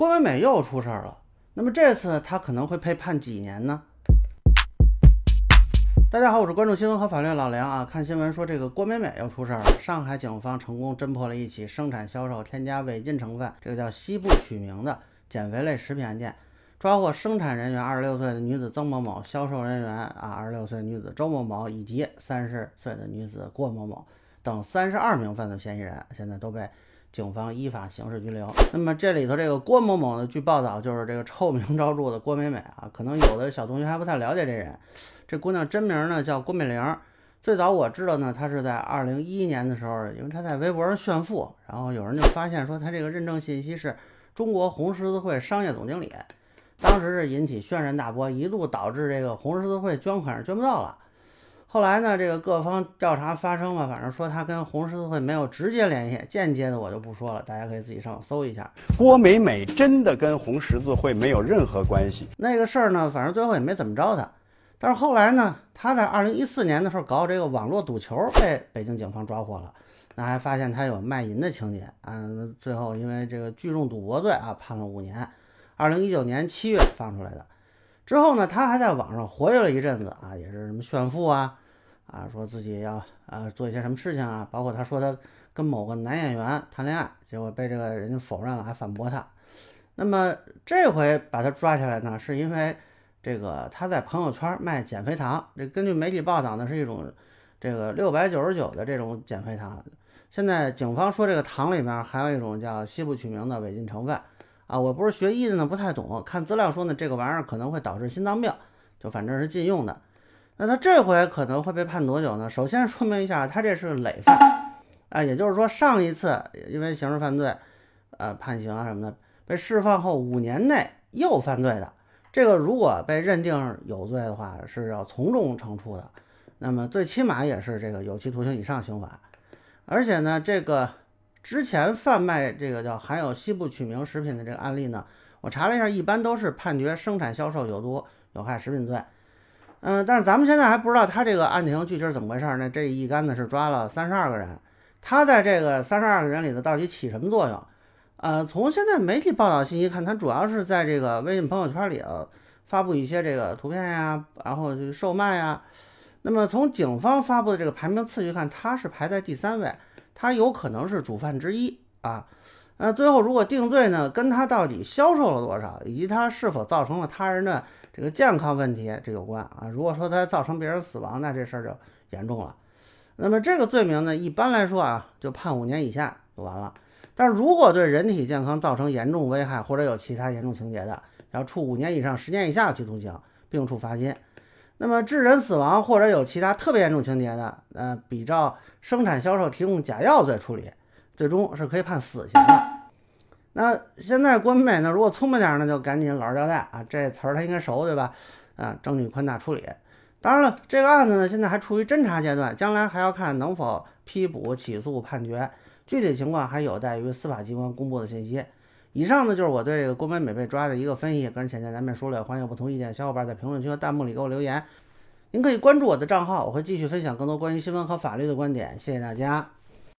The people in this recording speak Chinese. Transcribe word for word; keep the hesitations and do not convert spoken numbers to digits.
郭美美又出事儿了。那么这次她可能会被判几年呢？大家好，我是关注新闻和法律的老梁啊。看新闻说这个郭美美又出事儿了，上海警方成功侦破了一起生产销售添加违禁成分，这个叫西部曲明的减肥类食品案件，抓获生产人员二十六岁的女子曾某某，销售人员啊二十六岁女子周某某以及三十岁的女子郭某某等三十二名犯罪嫌疑人，现在都被警方依法刑事拘留。那么这里头这个郭某某呢，据报道就是这个臭名昭著的郭美美啊，可能有的小同学还不太了解这人。这姑娘真名呢叫郭美玲，最早我知道呢，她是在二零一一年的时候，因为她在微博上炫富，然后有人就发现说她这个认证信息是中国红十字会商业总经理，当时是引起轩然大波，一度导致这个红十字会捐款捐不到了。后来呢，这个各方调查发生了，反正说他跟红十字会没有直接联系，间接的我就不说了，大家可以自己上网搜一下。 郭美美真的跟红十字会没有任何关系。 那个事儿呢，反正最后也没怎么着他。但是后来呢，他在二零一四年的时候搞这个网络赌球，被北京警方抓获了。那还发现他有卖淫的情节，嗯，最后因为这个聚众赌博罪啊，判了五年。二零一九年七月放出来的。之后呢，他还在网上活跃了一阵子啊，也是什么炫富啊。啊，说自己要啊做一些什么事情啊，包括他说他跟某个男演员谈恋爱，结果被这个人家否认了，还反驳他。那么这回把他抓起来呢，是因为这个他在朋友圈卖减肥糖，这根据媒体报道呢，是一种这个六百九十九的这种减肥糖。现在警方说这个糖里面还有一种叫西部曲明的违禁成分啊，我不是学医的呢，不太懂，看资料说呢，这个玩意儿可能会导致心脏病，就反正是禁用的。那他这回可能会被判多久呢？首先说明一下，他这是累犯啊，也就是说上一次因为刑事犯罪，呃判刑啊什么的，被释放后五年内又犯罪的，这个如果被认定有罪的话，是要从重惩处的，那么最起码也是这个有期徒刑以上刑罚。而且呢，这个之前贩卖这个叫含有西部曲明食品的这个案例呢，我查了一下，一般都是判决生产销售有毒有害食品罪。嗯，但是咱们现在还不知道他这个案情具体是怎么回事呢？这一竿子是抓了三十二个人，他在这个三十二个人里头到底起什么作用？呃，从现在媒体报道信息看，他主要是在这个微信朋友圈里头发布一些这个图片呀，然后去售卖呀。那么从警方发布的这个排名次序看，他是排在第三位，他有可能是主犯之一啊。呃，最后如果定罪呢，跟他到底销售了多少，以及他是否造成了他人的这个健康问题这有关啊。如果说他造成别人死亡，那这事儿就严重了。那么这个罪名呢，一般来说啊，就判五年以下就完了。但是如果对人体健康造成严重危害，或者有其他严重情节的，要处五年以上十年以下的有期徒刑，并处罚金。那么致人死亡或者有其他特别严重情节的，呃，比照生产销售提供假药罪处理，最终是可以判死刑的。那现在郭美美呢，如果聪明点呢，就赶紧老实交代啊，这词儿他应该熟对吧？啊，证据宽大处理。当然了，这个案子呢现在还处于侦查阶段，将来还要看能否批捕、起诉、判决，具体情况还有待于司法机关公布的信息。以上呢就是我对这个郭美美被抓的一个分析，个人浅见难免说了，欢迎有不同意见小伙伴在评论区和弹幕里给我留言。您可以关注我的账号，我会继续分享更多关于新闻和法律的观点。谢谢大家。